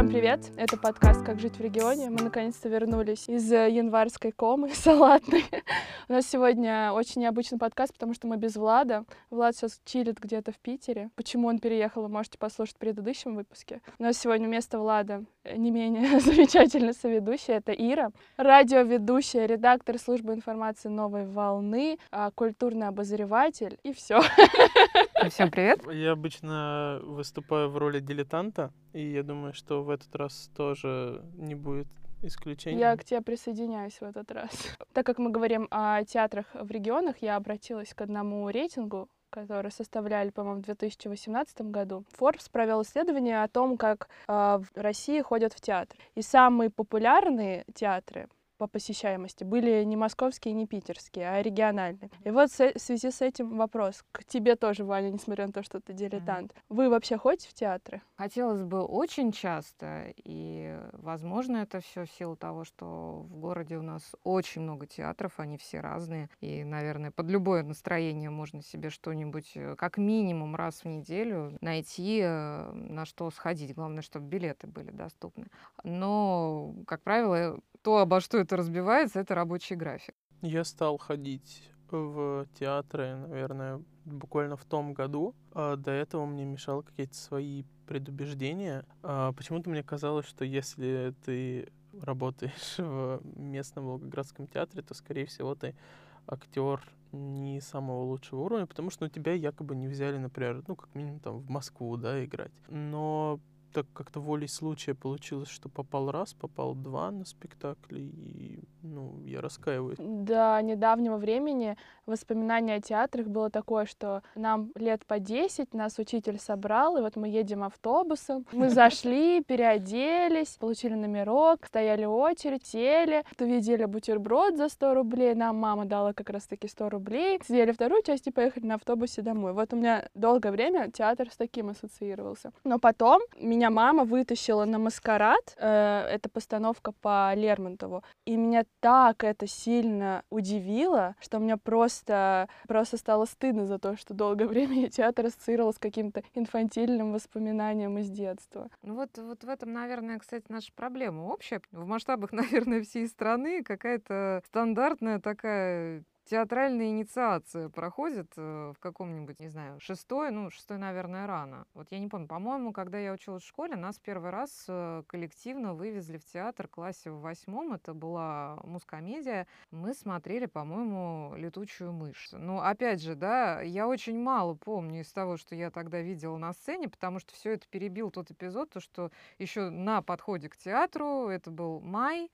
Всем привет! Это подкаст «Как жить в регионе». Мы наконец-то вернулись из январской комы салатной. У нас сегодня очень необычный подкаст, потому что мы без Влада. Влад сейчас чилит где-то в Питере. Почему он переехал, вы можете послушать в предыдущем выпуске. У нас сегодня вместо Влада не менее замечательная соведущая. Это Ира, радиоведущая, редактор службы информации «Новой волны», культурный обозреватель и все. Всем привет. Я обычно выступаю в роли дилетанта, и я думаю, что в этот раз тоже не будет исключением. Я к тебе присоединяюсь в этот раз. Так как мы говорим о театрах в регионах, я обратилась к одному рейтингу, который составляли, по-моему, в 2018 году. Forbes провел исследование о том, как в России ходят в театр. И самые популярные театры по посещаемости были не московские, не питерские, а региональные. И вот в связи с этим вопрос к тебе тоже, Ваня, несмотря на то, что ты дилетант. Вы вообще ходите в театры? Хотелось бы очень часто, и, возможно, это все в силу того, что в городе у нас очень много театров, они все разные, и, наверное, под любое настроение можно себе что-нибудь как минимум раз в неделю найти, на что сходить. Главное, чтобы билеты были доступны. Но, как правило, то, обо что это разбивается, это рабочий график. Я стал ходить в театры, наверное, буквально в том году. До этого мне мешало какие-то свои предубеждения. Почему-то мне казалось, что если ты работаешь в местном Волгоградском театре, то, скорее всего, ты актер не самого лучшего уровня, потому что тебя якобы не взяли, например, как минимум там в Москву, да, играть. Но так как-то волей случая получилось, что попал раз, попал два на спектакли, и, я раскаиваюсь. До недавнего времени воспоминания о театрах было такое, что нам лет по 10, нас учитель собрал, и вот мы едем автобусом, мы зашли, переоделись, получили номерок, стояли очередь, сели, увидели бутерброд за 100 рублей, нам мама дала как раз-таки 100 рублей, съели вторую часть и поехали на автобусе домой. Вот у меня долгое время театр с таким ассоциировался. Но потом меня мама вытащила на «Маскарад», это постановка по Лермонтову, и меня так это сильно удивило, что мне просто стало стыдно за то, что долгое время я театр ассоциировала с каким-то инфантильным воспоминанием из детства. Вот в этом, наверное, кстати, наша проблема общая. В масштабах, наверное, всей страны какая-то стандартная такая театральная инициация проходит в каком-нибудь, не знаю, шестой, наверное, рано. Вот я не помню, по-моему, когда я училась в школе, нас первый раз коллективно вывезли в театр в классе в 8. Это была мускомедия. Мы смотрели, по-моему, «Летучую мышь». Опять же, да, я очень мало помню из того, что я тогда видела на сцене, потому что все это перебил тот эпизод, то, что еще на подходе к театру, это был май,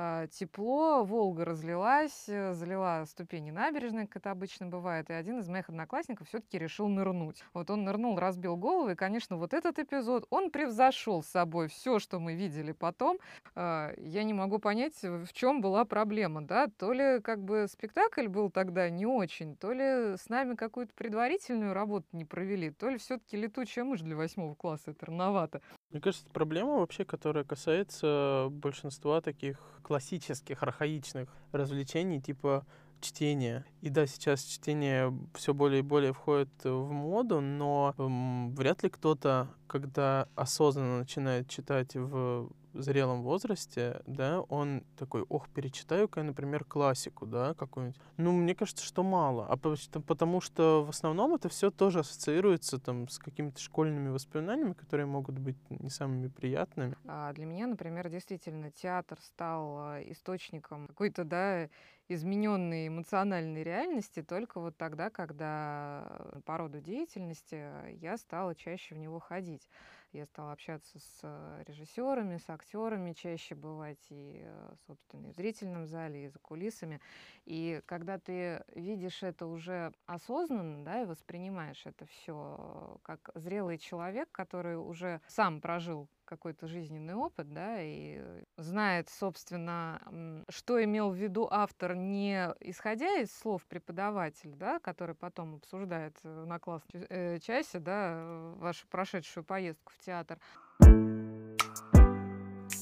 тепло, Волга разлилась, залила ступени набережной, как это обычно бывает, и один из моих одноклассников все-таки решил нырнуть. Вот он нырнул, разбил голову, и, конечно, вот этот эпизод, он превзошел с собой все, что мы видели потом. Я не могу понять, в чем была проблема, да, то ли как бы спектакль был тогда не очень, то ли с нами какую-то предварительную работу не провели, то ли все-таки «Летучая мышь» для 8 класса это рановато. Мне кажется, это проблема вообще, которая касается большинства таких классических, архаичных развлечений, типа чтения. И да, сейчас чтение все более и более входит в моду, но вряд ли кто-то, когда осознанно начинает читать в зрелом возрасте, да, он такой, перечитаю-ка я, например, классику, да, какую-нибудь. Мне кажется, что мало. Потому что в основном это все тоже ассоциируется там с какими-то школьными воспоминаниями, которые могут быть не самыми приятными. Для меня, например, действительно театр стал источником какой-то, да, измененной эмоциональной реальности только вот тогда, когда по роду деятельности я стала чаще в него ходить. Я стала общаться с режиссерами, с актерами, чаще бывать и, собственно, и в зрительном зале, и за кулисами. И когда ты видишь это уже осознанно, да, и воспринимаешь это все как зрелый человек, который уже сам прожил какой-то жизненный опыт, да, и знает, собственно, что имел в виду автор, не исходя из слов преподавателя, да, который потом обсуждает на классной часе, да, вашу прошедшую поездку в театр.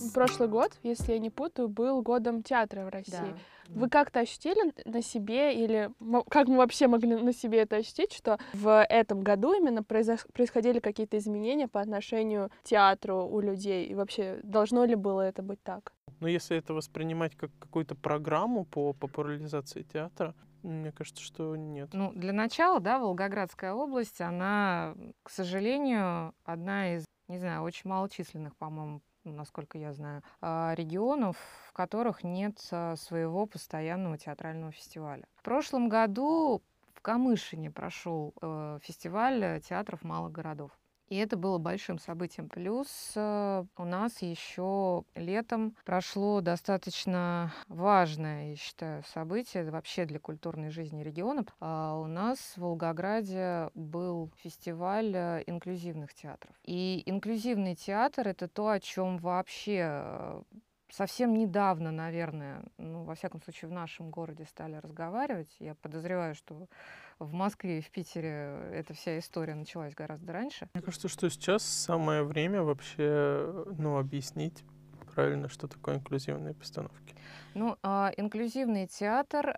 Прошлый год, если я не путаю, был годом театра в России. Да. Вы как-то ощутили на себе, или как мы вообще могли на себе это ощутить, что в этом году именно происходили какие-то изменения по отношению к театру у людей? И вообще, должно ли было это быть так? Но если это воспринимать как какую-то программу по популяризации театра, мне кажется, что нет. Ну, для начала, да, Волгоградская область, она, к сожалению, одна из, не знаю, очень малочисленных, по-моему, насколько я знаю, регионов, в которых нет своего постоянного театрального фестиваля. В прошлом году в Камышине прошел фестиваль театров малых городов. И это было большим событием. Плюс у нас еще летом прошло достаточно важное, я считаю, событие вообще для культурной жизни региона. У нас в Волгограде был фестиваль инклюзивных театров. И инклюзивный театр — это то, о чем вообще совсем недавно, наверное, ну, во всяком случае, в нашем городе стали разговаривать. Я подозреваю, что в Москве и в Питере эта вся история началась гораздо раньше. Мне кажется, что сейчас самое время вообще, объяснить правильно, что такое инклюзивные постановки. Ну, инклюзивный театр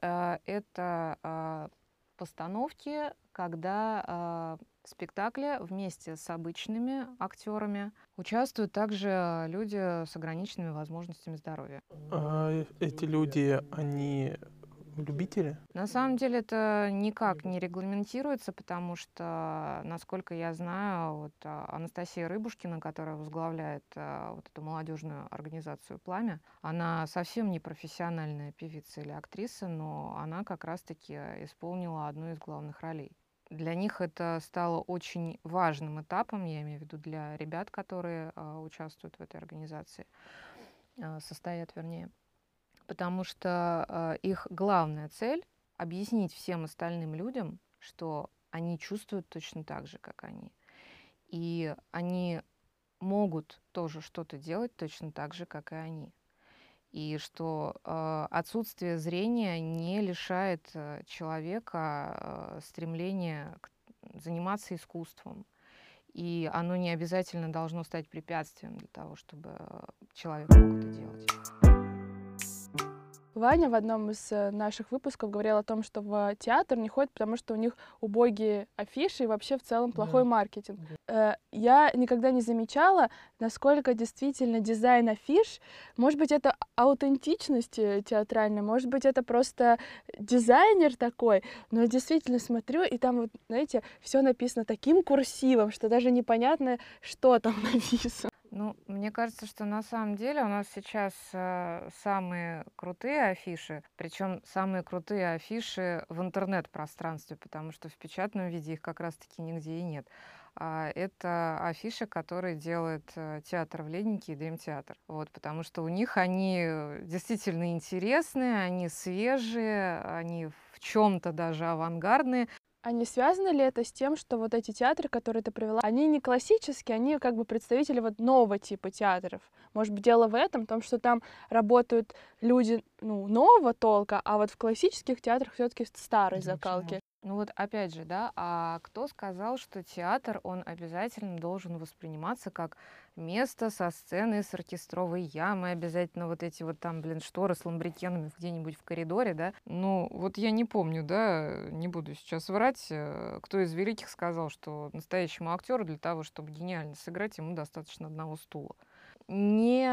это постановки, когда в спектакле вместе с обычными актерами участвуют также люди с ограниченными возможностями здоровья. Эти люди, они любители? На самом деле это никак не регламентируется, потому что, насколько я знаю, вот Анастасия Рыбушкина, которая возглавляет вот эту молодежную организацию «Пламя», она совсем не профессиональная певица или актриса, но она как раз-таки исполнила одну из главных ролей. Для них это стало очень важным этапом, я имею в виду для ребят, которые участвуют в этой организации, состоят, вернее. Потому что их главная цель — объяснить всем остальным людям, что они чувствуют точно так же, как они. И они могут тоже что-то делать точно так же, как и они. И что отсутствие зрения не лишает человека стремления заниматься искусством. И оно не обязательно должно стать препятствием для того, чтобы человек мог это делать. Ваня в одном из наших выпусков говорил о том, что в театр не ходят, потому что у них убогие афиши и вообще в целом плохой маркетинг. Я никогда не замечала, насколько действительно дизайн афиш, может быть, это аутентичность театральная, может быть, это просто дизайнер такой, но я действительно смотрю, и там, вот, знаете, все написано таким курсивом, что даже непонятно, что там написано. Ну, мне кажется, что на самом деле у нас сейчас самые крутые афиши, причем самые крутые афиши в интернет-пространстве, потому что в печатном виде их как раз-таки нигде и нет. Это афиши, которые делает театр в Леднике и Дремтеатр. Вот, потому что у них они действительно интересные, они свежие, они в чем-то даже авангардные. А не связано ли это с тем, что вот эти театры, которые ты привела, они не классические, они как бы представители вот нового типа театров? Может быть, дело в этом, в том, что там работают люди, нового толка, а вот в классических театрах все-таки старой закалки. Ну вот опять же, да, а кто сказал, что театр, он обязательно должен восприниматься как место со сценой, с оркестровой ямой, обязательно вот эти вот там, шторы с ламбрикенами где-нибудь в коридоре, да? Ну, вот я не помню, да, не буду сейчас врать, кто из великих сказал, что настоящему актеру для того, чтобы гениально сыграть, ему достаточно одного стула. Не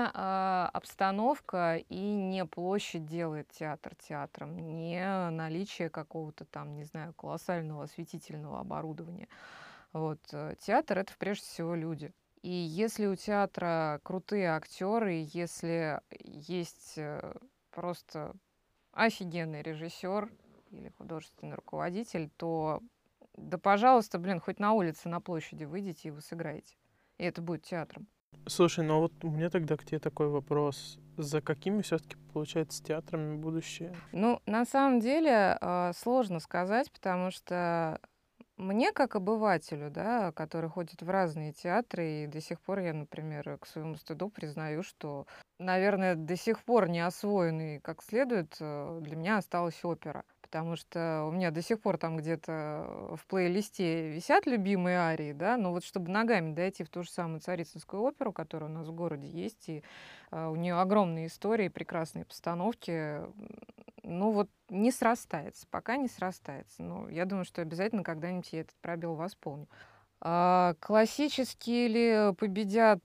обстановка и не площадь делает театр театром, не наличие какого-то там, не знаю, колоссального осветительного оборудования. Вот. Театр — это прежде всего люди. И если у театра крутые актеры, если есть просто офигенный режиссер или художественный руководитель, то да, пожалуйста, хоть на улице, на площади выйдите, и вы сыграете. И это будет театром. Слушай, ну вот у меня тогда к тебе такой вопрос. За какими все-таки, получается, театрами будущее? Ну, на самом деле сложно сказать, потому что мне, как обывателю, да, который ходит в разные театры, и до сих пор я, например, к своему стыду признаю, что, наверное, до сих пор не освоенный как следует для меня осталась опера. потому что у меня до сих пор там где-то в плейлисте висят любимые арии, да, но вот чтобы ногами дойти в ту же самую Царицынскую оперу, которая у нас в городе есть, и у нее огромные истории, прекрасные постановки, ну вот не срастается, пока не срастается. Но я думаю, что обязательно когда-нибудь я этот пробел восполню. Классические ли победят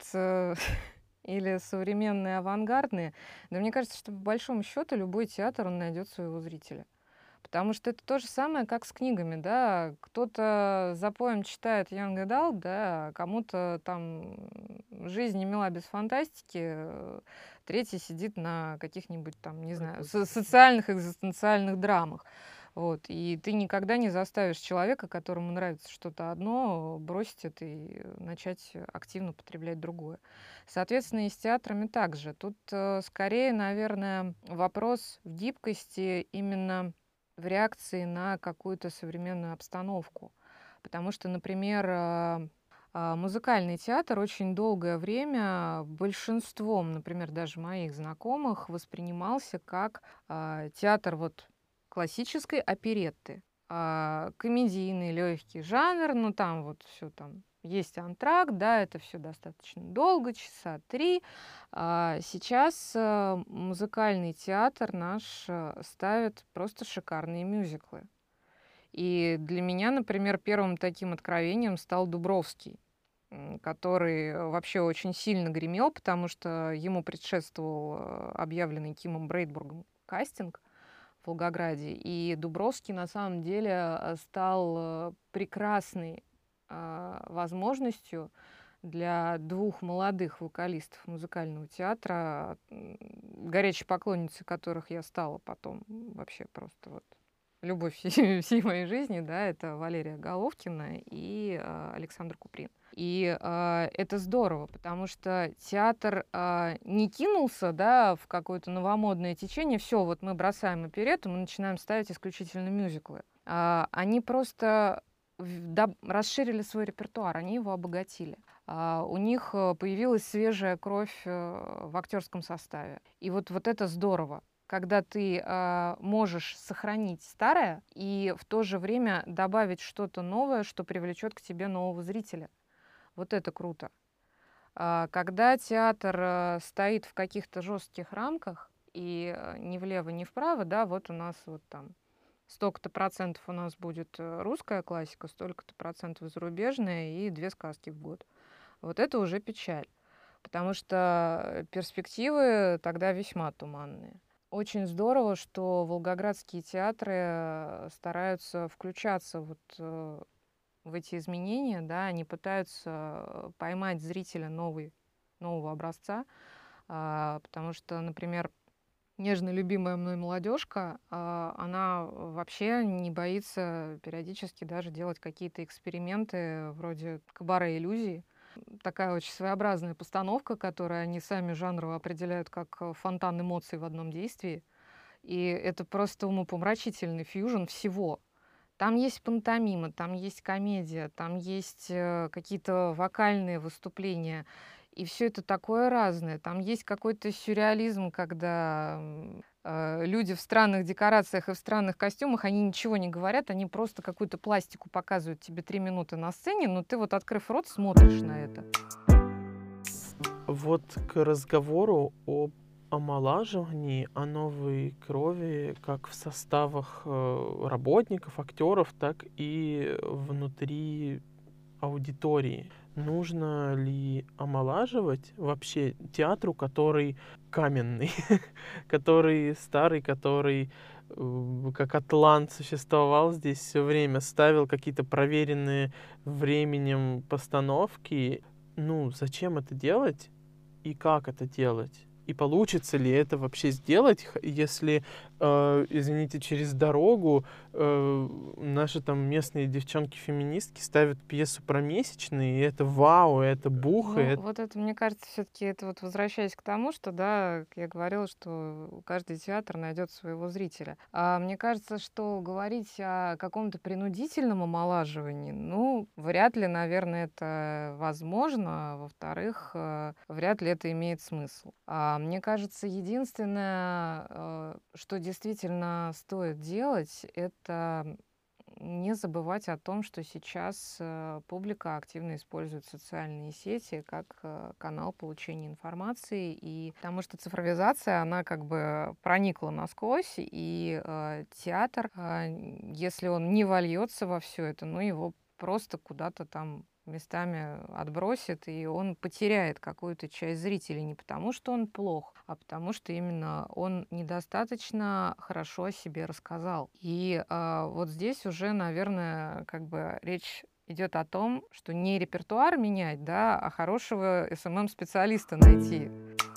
или современные авангардные? Да мне кажется, что по большому счету любой театр, он найдет своего зрителя. Потому что это то же самое, как с книгами, да. Кто-то за поем читает Young Adult, да, а кому-то там жизнь не мила без фантастики, третий сидит на каких-нибудь там, не знаю, социальных, экзистенциальных драмах. Вот. И ты никогда не заставишь человека, которому нравится что-то одно, бросить это и начать активно потреблять другое. Соответственно, и с театрами также. Тут скорее, наверное, вопрос в гибкости именно в реакции на какую-то современную обстановку. Потому что, например, музыкальный театр очень долгое время большинством, например, даже моих знакомых, воспринимался как театр вот классической оперетты. Комедийный, легкий жанр, ну там вот все там есть антракт, да, это все достаточно долго, часа 3. Сейчас музыкальный театр наш ставит просто шикарные мюзиклы. И для меня, например, первым таким откровением стал Дубровский, который вообще очень сильно гремел, потому что ему предшествовал объявленный Кимом Брейдбургом кастинг в Волгограде. И Дубровский на самом деле стал прекрасной возможностью для двух молодых вокалистов музыкального театра, горячей поклонницей которых я стала потом вообще просто вот любовь всей моей жизни, да, это Валерия Головкина и Александр Куприн. И это здорово, потому что театр не кинулся, да, в какое-то новомодное течение, все, вот мы бросаем оперетту, мы начинаем ставить исключительно мюзиклы. Они просто расширили свой репертуар, они его обогатили. У них появилась свежая кровь в актерском составе. И вот это здорово, когда ты можешь сохранить старое и в то же время добавить что-то новое, что привлечет к тебе нового зрителя. Вот это круто. Когда театр стоит в каких-то жестких рамках и ни влево, ни вправо, да, вот у нас вот там столько-то процентов у нас будет русская классика, столько-то процентов зарубежная и 2 сказки в год. Вот это уже печаль, потому что перспективы тогда весьма туманные. Очень здорово, что волгоградские театры стараются включаться вот в эти изменения, да, они пытаются поймать зрителя нового образца, потому что, например, нежно любимая мной молодежка, она вообще не боится периодически даже делать какие-то эксперименты вроде кабаре-иллюзии. Такая очень своеобразная постановка, которую они сами жанрово определяют как фонтан эмоций в одном действии. И это просто умопомрачительный фьюжн всего. Там есть пантомима, там есть комедия, там есть какие-то вокальные выступления. И все это такое разное. Там есть какой-то сюрреализм, когда люди в странных декорациях и в странных костюмах, они ничего не говорят, они просто какую-то пластику показывают тебе 3 минуты на сцене, но ты вот, открыв рот, смотришь на это. Вот к разговору об омолаживании, о новой крови, как в составах работников, актеров, так и внутри аудитории. Нужно ли омолаживать вообще театру, который каменный, который старый, который как атлант существовал здесь все время, ставил какие-то проверенные временем постановки? Ну, зачем это делать и как это делать? И получится ли это вообще сделать, если, извините, через дорогу наши там местные девчонки-феминистки ставят пьесу про месячные, и это вау, это бух, Ну, и это... вот это, мне кажется, все-таки это вот возвращаясь к тому, что, да, я говорила, что каждый театр найдет своего зрителя. А мне кажется, что говорить о каком-то принудительном омолаживании, ну, вряд ли, наверное, это возможно. Во-вторых, вряд ли это имеет смысл. Мне кажется, единственное, что действительно стоит делать, это не забывать о том, что сейчас публика активно использует социальные сети как канал получения информации, и потому что цифровизация, она как бы проникла насквозь, и театр, если он не вольется во все это, ну его просто куда-то там местами отбросит, и он потеряет какую-то часть зрителей не потому, что он плох, а потому что именно он недостаточно хорошо о себе рассказал. И вот здесь уже, наверное, как бы речь идет о том, что не репертуар менять, да, а хорошего СММ-специалиста найти.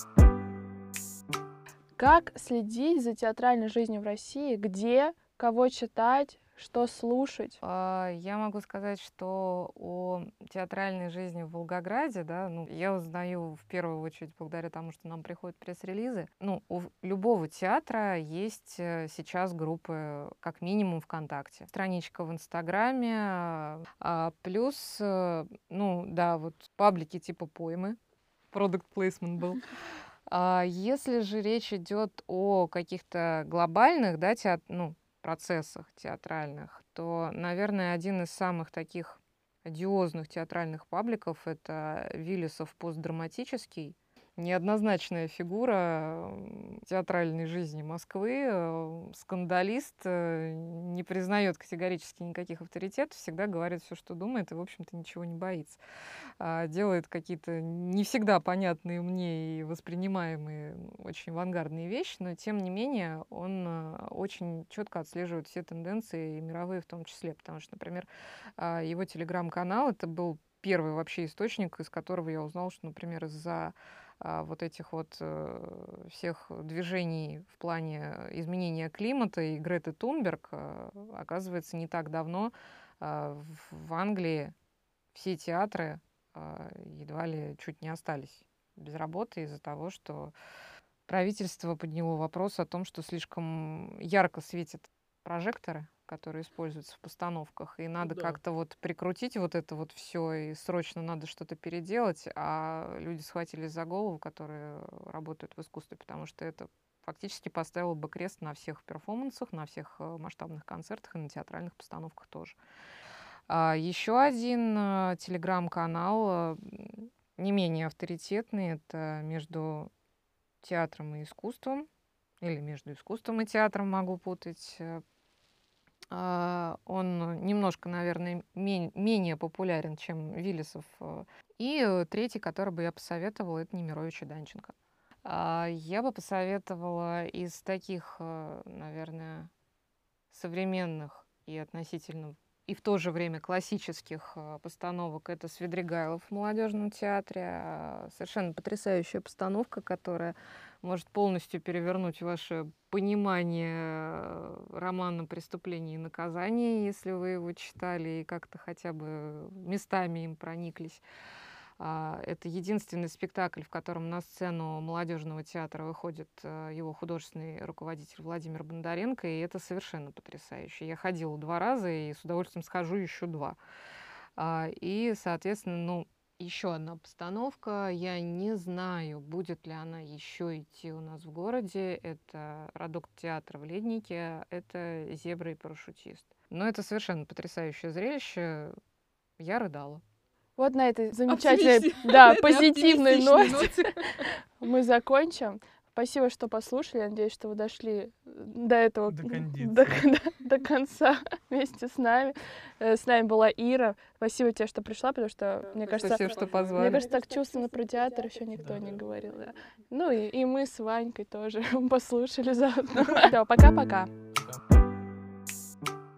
Как следить за театральной жизнью в России? Где, кого читать, что слушать? Я могу сказать, что о театральной жизни в Волгограде, да, ну, я узнаю в первую очередь благодаря тому, что нам приходят пресс-релизы. Ну, у любого театра есть сейчас группы, как минимум, ВКонтакте. Страничка в Инстаграме, плюс, ну, да, вот паблики типа Поймы, продукт плейсмент был. Если же речь идет о каких-то глобальных, да, процессах театральных, то, наверное, один из самых таких одиозных театральных пабликов — это Виллисов постдраматический. Неоднозначная фигура театральной жизни Москвы, скандалист, не признает категорически никаких авторитетов, всегда говорит все, что думает, и, в общем-то, ничего не боится. Делает какие-то не всегда понятные мне и воспринимаемые очень авангардные вещи, но, тем не менее, он очень четко отслеживает все тенденции, и мировые в том числе, потому что, например, его телеграм-канал — это был первый вообще источник, из которого я узнала, что, например, из-за вот этих вот всех движений в плане изменения климата и Греты Тунберг, оказывается, не так давно в Англии все театры едва ли чуть не остались без работы из-за того, что правительство подняло вопрос о том, что слишком ярко светят прожекторы, которые используются в постановках, и надо как-то вот прикрутить вот это вот все, и срочно надо что-то переделать, а люди схватились за голову, которые работают в искусстве, потому что это фактически поставило бы крест на всех перформансах, на всех масштабных концертах и на театральных постановках тоже. Еще один телеграм-канал, не менее авторитетный, это «Между театром и искусством», или «Между искусством и театром», могу путать. Он немножко, наверное, менее популярен, чем Виллисов. И третий, который бы я посоветовала, это Немирович и Данченко. Я бы посоветовала из таких, наверное, современных и относительно и в то же время классических постановок — это Свидригайлов в молодежном театре. Совершенно потрясающая постановка, которая может полностью перевернуть ваше понимание романа «Преступление и наказание», если вы его читали и как-то хотя бы местами им прониклись. Это единственный спектакль, в котором на сцену молодежного театра выходит его художественный руководитель Владимир Бондаренко, и это совершенно потрясающе. Я ходила 2 раза и с удовольствием схожу еще 2. И, соответственно, ну, еще одна постановка. Я не знаю, будет ли она еще идти у нас в городе. Это Радок театр в Леднике, это «Зебра и парашютист». Но это совершенно потрясающее зрелище. Я рыдала. Вот на этой замечательной, позитивной ноте мы закончим. Спасибо, что послушали. Надеюсь, что вы дошли до этого, до конца вместе с нами. С нами была Ира. Спасибо тебе, что пришла, потому что, мне кажется, Спасибо, что позвали. Мне кажется, так чувственно про театр еще никто не говорил. Да. Ну и мы с Ванькой тоже послушали заодно. Пока-пока.